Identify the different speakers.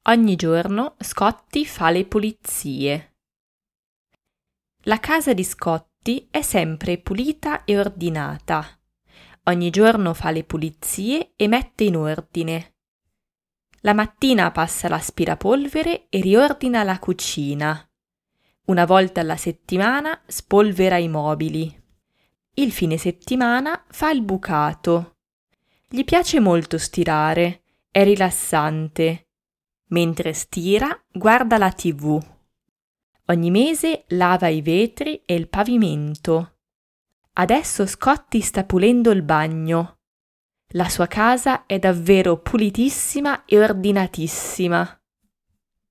Speaker 1: Ogni giorno Scotty fa le pulizie. La casa di Scotty è sempre pulita e ordinata. Ogni giorno fa le pulizie e mette in ordine. La mattina passa l'aspirapolvere e riordina la cucina. Una volta alla settimana spolvera i mobili. Il fine settimana fa il bucato. Gli piace molto stirare, è rilassante. Mentre stira, guarda la TV. Ogni mese lava i vetri e il pavimento. Adesso Scotty sta pulendo il bagno. La sua casa è davvero pulitissima e ordinatissima.